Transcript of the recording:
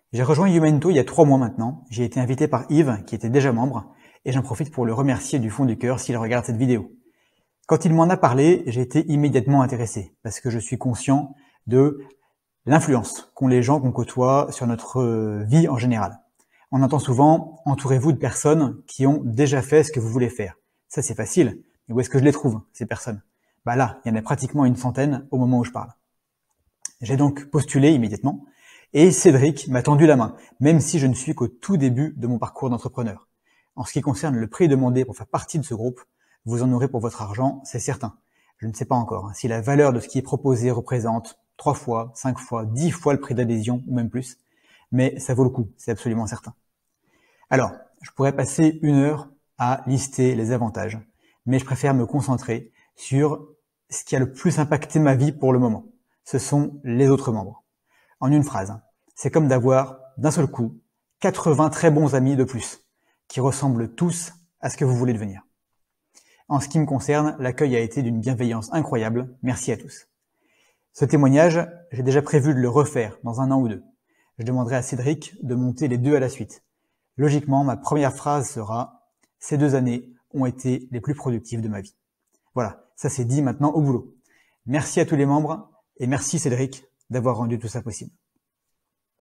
J'ai rejoint Youmento il y a 3 mois maintenant. J'ai été invité par Yves, qui était déjà membre, et j'en profite pour le remercier du fond du cœur s'il regarde cette vidéo. Quand il m'en a parlé, j'ai été immédiatement intéressé, parce que je suis conscient de l'influence qu'ont les gens qu'on côtoie sur notre vie en général. On entend souvent « entourez-vous de personnes qui ont déjà fait ce que vous voulez faire ». Ça c'est facile, mais où est-ce que je les trouve, ces personnes? Bah là, il y en a pratiquement une centaine au moment où je parle. J'ai donc postulé immédiatement, et Cédric m'a tendu la main, même si je ne suis qu'au tout début de mon parcours d'entrepreneur. En ce qui concerne le prix demandé pour faire partie de ce groupe, vous en aurez pour votre argent, c'est certain. Je ne sais pas encore si la valeur de ce qui est proposé représente 3 fois, 5 fois, 10 fois le prix d'adhésion, ou même plus, mais ça vaut le coup, c'est absolument certain. Alors, je pourrais passer 1 heure à lister les avantages, mais je préfère me concentrer sur ce qui a le plus impacté ma vie pour le moment. Ce sont les autres membres. En une phrase, c'est comme d'avoir, d'un seul coup, 80 très bons amis de plus, qui ressemblent tous à ce que vous voulez devenir. En ce qui me concerne, l'accueil a été d'une bienveillance incroyable, merci à tous. Ce témoignage, j'ai déjà prévu de le refaire dans 1 an ou 2. Je demanderai à Cédric de monter les 2 à la suite. Logiquement, ma première phrase sera « Ces 2 années ont été les plus productives de ma vie ». Voilà, ça c'est dit maintenant au boulot. Merci à tous les membres et merci Cédric d'avoir rendu tout ça possible.